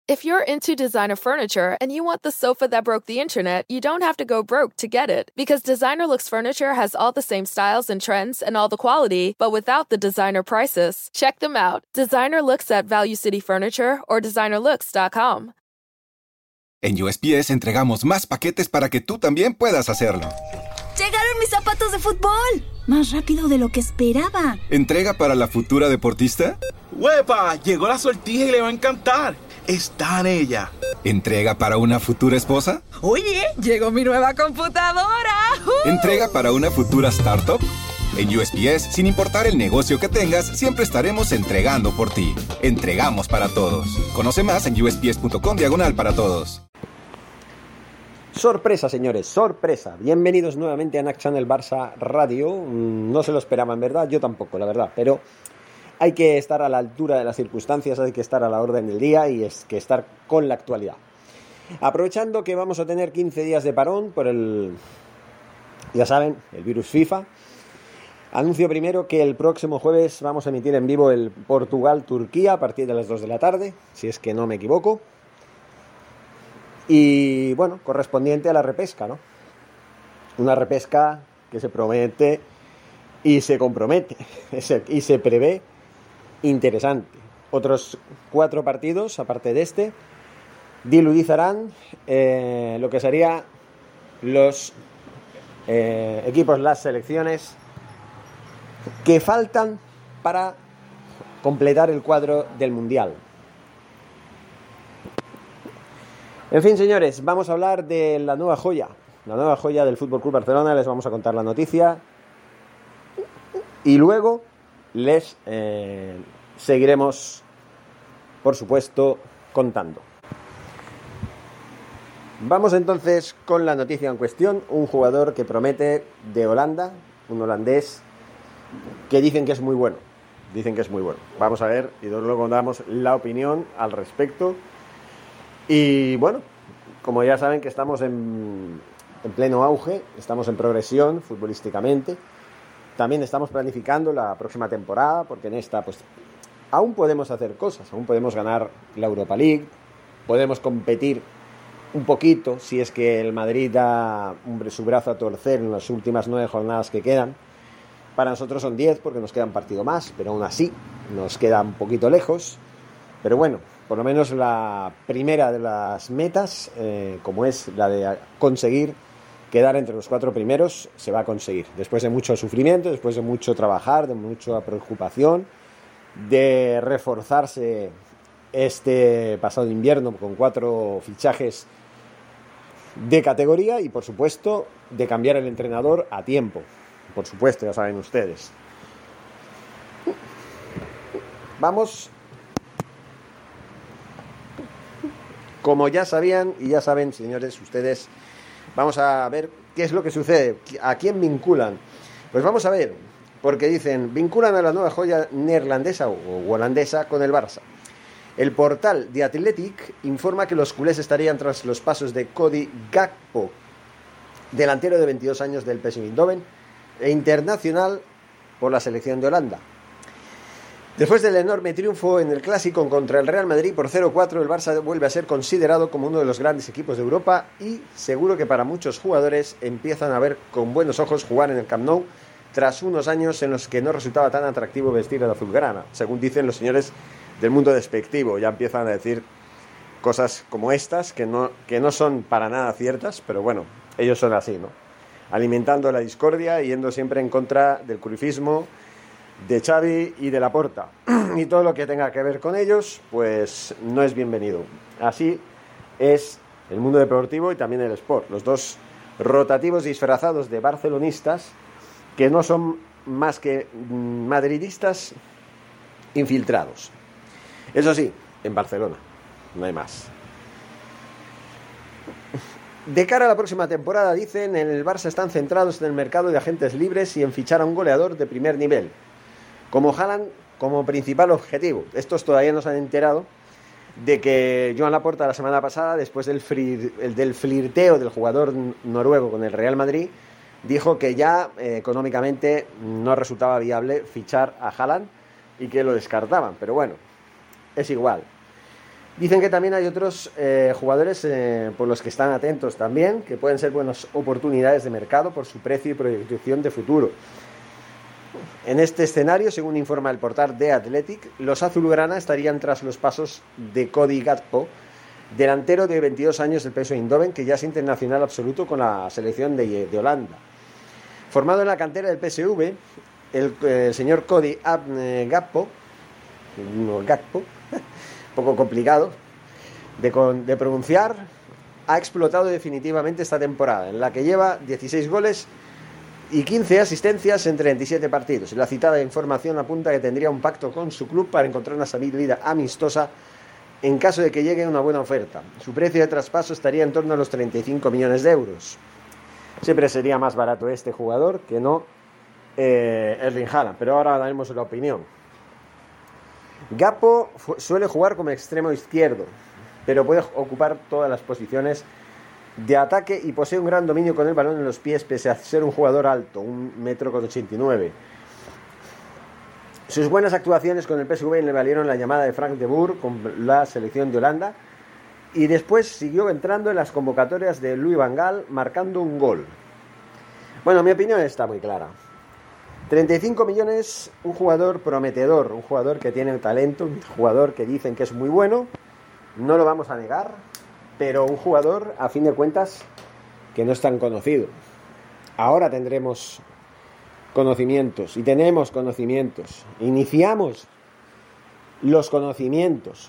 If you're into designer furniture and you want the sofa that broke the internet, you don't have to go broke to get it. Because Designer Looks Furniture has all the same styles and trends and all the quality, but without the designer prices. Check them out. Designer Looks at Value City Furniture or designerlooks.com. En USPS entregamos más paquetes para que tú también puedas hacerlo. ¡Llegaron mis zapatos de fútbol! Más rápido de lo que esperaba. ¿Entrega para la futura deportista? ¡Huepa! Llegó la sortija y le va a encantar. Está en ella. ¿Entrega para una futura esposa? Oye, llegó mi nueva computadora. ¿Entrega para una futura startup? En USPS, sin importar el negocio que tengas, siempre estaremos entregando por ti. Entregamos para todos. Conoce más en usps.com/para-todos. Sorpresa, señores, sorpresa. Bienvenidos nuevamente a NAC Channel Barça Radio. No se lo esperaban, ¿verdad? Yo tampoco, la verdad, pero hay que estar a la altura de las circunstancias, hay que estar a la orden del día y es que estar con la actualidad. Aprovechando que vamos a tener 15 días de parón por ya saben, el virus FIFA, anuncio primero que el próximo jueves vamos a emitir en vivo el Portugal-Turquía a partir de las 2 de la tarde, si es que no me equivoco. Y bueno, correspondiente a la repesca, ¿no? Una repesca que se promete y se compromete y se prevé interesante. Otros 4 partidos, aparte de este, diluizarán lo que serían los equipos, las selecciones que faltan para completar el cuadro del Mundial. En fin, señores, vamos a hablar de la nueva joya del Fútbol Club Barcelona. Les vamos a contar la noticia y luego les seguiremos, por supuesto, contando. Vamos entonces con la noticia en cuestión. Un jugador que promete de Holanda, un holandés que dicen que es muy bueno. Vamos a ver y luego damos la opinión al respecto. Y bueno, como ya saben que estamos en pleno auge, estamos en progresión futbolísticamente. También estamos planificando la próxima temporada, porque en esta pues aún podemos hacer cosas, aún podemos ganar la Europa League, podemos competir un poquito si es que el Madrid da su brazo a torcer en las últimas 9 jornadas que quedan. Para nosotros son 10 porque nos queda un partido más, pero aún así nos queda un poquito lejos. Pero bueno, por lo menos la primera de las metas, como es la de conseguir quedar entre los 4 primeros, se va a conseguir. Después de mucho sufrimiento, después de mucho trabajar, de mucha preocupación, de reforzarse este pasado invierno con 4 fichajes de categoría y, por supuesto, de cambiar el entrenador a tiempo. Por supuesto, ya saben ustedes. Vamos. Como ya sabían y ya saben, señores, ustedes, vamos a ver qué es lo que sucede, a quién vinculan. Pues vamos a ver, porque dicen, vinculan a la nueva joya neerlandesa o holandesa con el Barça. El portal The Athletic informa que los culés estarían tras los pasos de Cody Gakpo, delantero de 22 años del PSV Eindhoven e internacional por la selección de Holanda. Después del enorme triunfo en el Clásico contra el Real Madrid por 0-4, el Barça vuelve a ser considerado como uno de los grandes equipos de Europa y seguro que para muchos jugadores empiezan a ver con buenos ojos jugar en el Camp Nou tras unos años en los que no resultaba tan atractivo vestir a la azulgrana. Según dicen los señores del mundo despectivo, ya empiezan a decir cosas como estas que no son para nada ciertas, pero bueno, ellos son así, ¿no? Alimentando la discordia y yendo siempre en contra del cruyffismo, de Xavi y de Laporta, y todo lo que tenga que ver con ellos pues no es bienvenido. Así es el mundo deportivo y también el sport, los dos rotativos disfrazados de barcelonistas que no son más que madridistas infiltrados. Eso sí, en Barcelona, no hay más. De cara a la próxima temporada, dicen, en el Barça están centrados en el mercado de agentes libres y en fichar a un goleador de primer nivel, como Haaland como principal objetivo. Estos todavía no se han enterado de que Joan Laporta la semana pasada, después del flirteo del jugador noruego con el Real Madrid, dijo que ya económicamente no resultaba viable fichar a Haaland y que lo descartaban. Pero bueno, es igual. Dicen que también hay otros jugadores por los que están atentos también, que pueden ser buenas oportunidades de mercado por su precio y proyección de futuro. En este escenario, según informa el portal The Athletic, los azulgrana estarían tras los pasos de Cody Gakpo, delantero de 22 años del PSV Eindhoven, que ya es internacional absoluto con la selección de Holanda. Formado en la cantera del PSV, el señor Cody Gakpo, poco complicado de pronunciar, ha explotado definitivamente esta temporada, en la que lleva 16 goles y 15 asistencias en 37 partidos. La citada información apunta que tendría un pacto con su club para encontrar una salida amistosa en caso de que llegue una buena oferta. Su precio de traspaso estaría en torno a los 35 millones de euros. Siempre sería más barato este jugador que no Erling Haaland, pero ahora daremos la opinión. Gakpo suele jugar como extremo izquierdo, pero puede ocupar todas las posiciones de ataque y posee un gran dominio con el balón en los pies, pese a ser un jugador alto, 1,89 m. Sus buenas actuaciones con el PSV le valieron la llamada de Frank de Boer con la selección de Holanda, y después siguió entrando en las convocatorias de Louis van Gaal, marcando un gol. Bueno, mi opinión está muy clara. 35 millones, un jugador prometedor, un jugador que tiene talento, un jugador que dicen que es muy bueno, no lo vamos a negar, pero un jugador, a fin de cuentas, que no es tan conocido. Ahora tendremos conocimientos, y tenemos conocimientos. Iniciamos los conocimientos.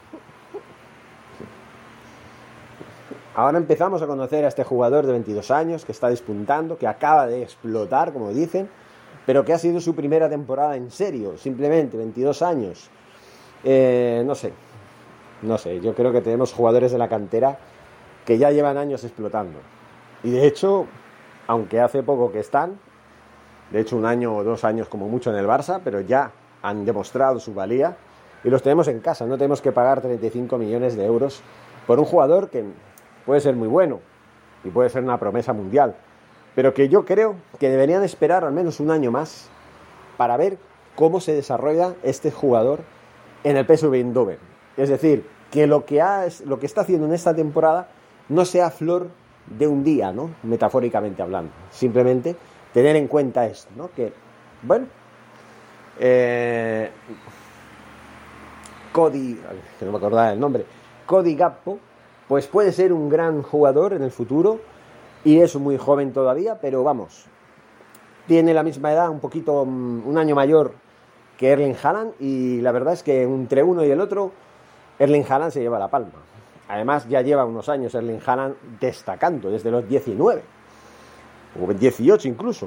Ahora empezamos a conocer a este jugador de 22 años, que está despuntando, que acaba de explotar, como dicen, pero que ha sido su primera temporada en serio, simplemente 22 años. No sé, yo creo que tenemos jugadores de la cantera que ya llevan años explotando. Y de hecho, aunque hace poco que están, de hecho 1 año o 2 años como mucho en el Barça, pero ya han demostrado su valía y los tenemos en casa. No tenemos que pagar 35 millones de euros por un jugador que puede ser muy bueno y puede ser una promesa mundial, pero que yo creo que deberían esperar al menos 1 año más para ver cómo se desarrolla este jugador en el PSV Eindhoven. Es decir, que lo que está haciendo en esta temporada no sea flor de un día, ¿no? Metafóricamente hablando. Simplemente tener en cuenta esto, ¿no? Que, bueno, Cody, que no me acordaba el nombre, Cody Gakpo, pues puede ser un gran jugador en el futuro y es muy joven todavía, pero vamos, tiene la misma edad, un poquito, 1 año mayor que Erling Haaland, y la verdad es que entre uno y el otro Erling Haaland se lleva la palma. Además, ya lleva unos años Erling Haaland destacando, desde los 19, o 18 incluso.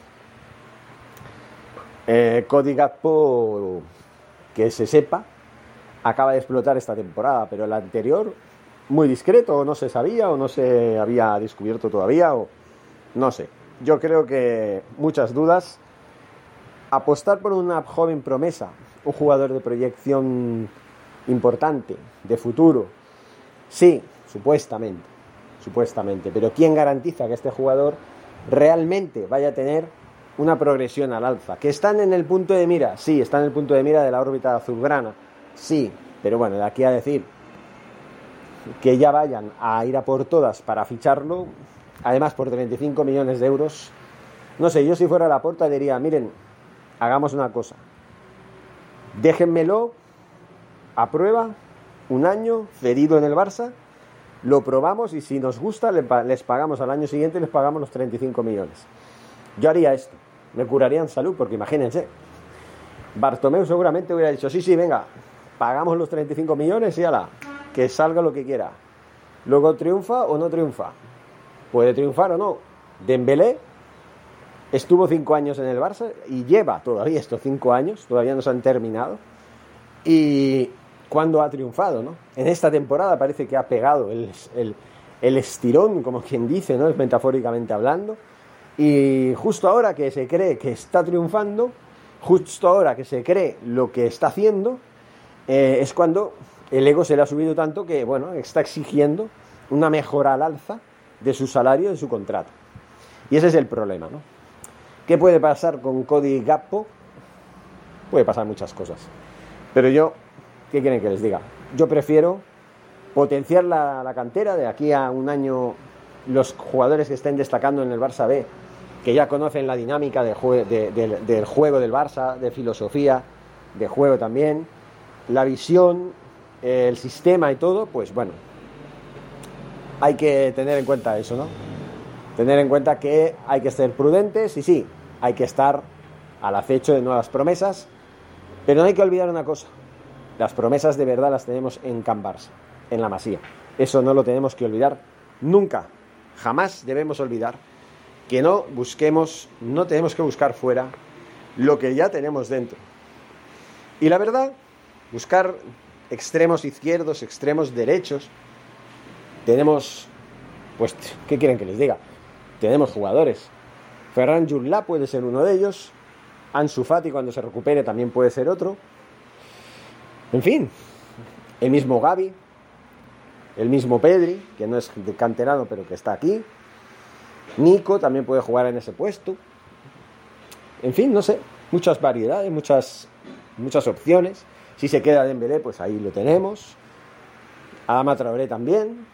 Cody Gakpo, que se sepa, acaba de explotar esta temporada, pero la anterior, muy discreto, o no se sabía, o no se había descubierto todavía, o no sé. Yo creo que muchas dudas. Apostar por una joven promesa, un jugador de proyección importante, de futuro, sí, supuestamente, pero ¿quién garantiza que este jugador realmente vaya a tener una progresión al alza? ¿Que están en el punto de mira? Sí, están en el punto de mira de la órbita azulgrana, sí, pero bueno, de aquí a decir que ya vayan a ir a por todas para ficharlo, además por 35 millones de euros, no sé, yo si fuera Laporta diría, miren, hagamos una cosa, déjenmelo a prueba, 1 año, cedido en el Barça, lo probamos y si nos gusta les pagamos al año siguiente, les pagamos los 35 millones. Yo haría esto, me curaría en salud, porque imagínense, Bartomeu seguramente hubiera dicho, sí, venga, pagamos los 35 millones y ala, que salga lo que quiera. Luego triunfa o no triunfa, puede triunfar o no. Dembélé estuvo 5 años en el Barça y lleva todavía estos 5 años, todavía no se han terminado, y cuando ha triunfado, ¿no? En esta temporada parece que ha pegado el estirón, como quien dice, ¿no? Metafóricamente hablando, y justo ahora que se cree que está triunfando, justo ahora que se cree lo que está haciendo, es cuando el ego se le ha subido tanto que, bueno, está exigiendo una mejora al alza de su salario, de su contrato. Y ese es el problema, ¿no? ¿Qué puede pasar con Cody Gakpo? Puede pasar muchas cosas. Pero yo, ¿qué quieren que les diga? yo prefiero potenciar la cantera. De aquí a un año, los jugadores que estén destacando en el Barça B, que ya conocen la dinámica del juego del Barça, de filosofía, de juego también, la visión, el sistema y todo, pues bueno, hay que tener en cuenta eso, ¿no? Tener en cuenta que hay que ser prudentes y sí, hay que estar al acecho de nuevas promesas, pero no hay que olvidar una cosa: las promesas de verdad las tenemos en Can Barça, en la Masía. Eso no lo tenemos que olvidar nunca, jamás debemos olvidar que no tenemos que buscar fuera lo que ya tenemos dentro. Y la verdad, buscar extremos izquierdos, extremos derechos, tenemos, pues, ¿qué quieren que les diga? Tenemos jugadores. Ferran Jullá puede ser uno de ellos. Ansu Fati, cuando se recupere, también puede ser otro. En fin, el mismo Gavi, el mismo Pedri, que no es de canterano, pero que está aquí. Nico también puede jugar en ese puesto. En fin, no sé, muchas variedades, muchas opciones. Si se queda Dembélé, pues ahí lo tenemos. Adama Traoré también.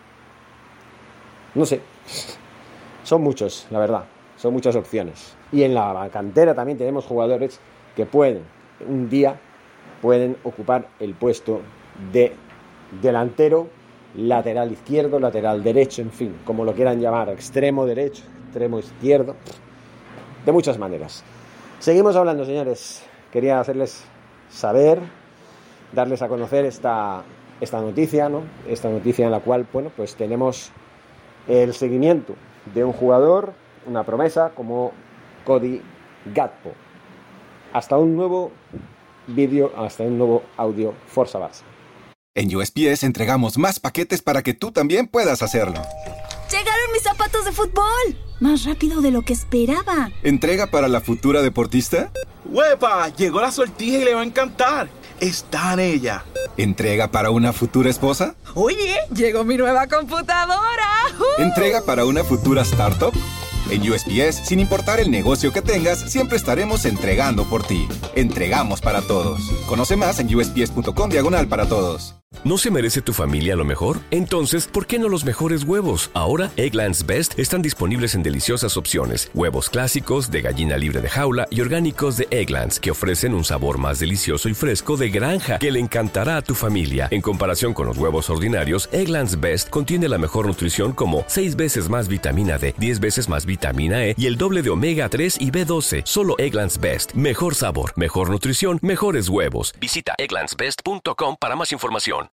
No sé, son muchos, la verdad, son muchas opciones. Y en la cantera también tenemos jugadores que un día pueden ocupar el puesto de delantero, lateral izquierdo, lateral derecho, en fin, como lo quieran llamar, extremo derecho, extremo izquierdo, de muchas maneras. Seguimos hablando, señores. Quería hacerles saber, darles a conocer esta noticia, ¿no? Esta noticia en la cual, bueno, pues tenemos el seguimiento de un jugador, una promesa como Cody Gakpo. Hasta un nuevo vídeo, hasta un nuevo audio, Forza Barça. En USPS entregamos más paquetes para que tú también puedas hacerlo. ¡Llegaron mis zapatos de fútbol! Más rápido de lo que esperaba. ¿Entrega para la futura deportista? ¡Huepa! Llegó la sortija y le va a encantar. Está en ella. ¿Entrega para una futura esposa? Oye, llegó mi nueva computadora. ¿Entrega para una futura startup? En USPS, sin importar el negocio que tengas, siempre estaremos entregando por ti. Entregamos para todos. Conoce más en usps.com/para-todos. ¿No se merece tu familia lo mejor? Entonces, ¿por qué no los mejores huevos? Ahora, Eggland's Best están disponibles en deliciosas opciones. Huevos clásicos, de gallina libre de jaula y orgánicos de Eggland's, que ofrecen un sabor más delicioso y fresco de granja que le encantará a tu familia. En comparación con los huevos ordinarios, Eggland's Best contiene la mejor nutrición como 6 veces más vitamina D, 10 veces más vitamina E y el doble de omega 3 y B12. Solo Eggland's Best. Mejor sabor, mejor nutrición, mejores huevos. Visita egglandsbest.com para más información.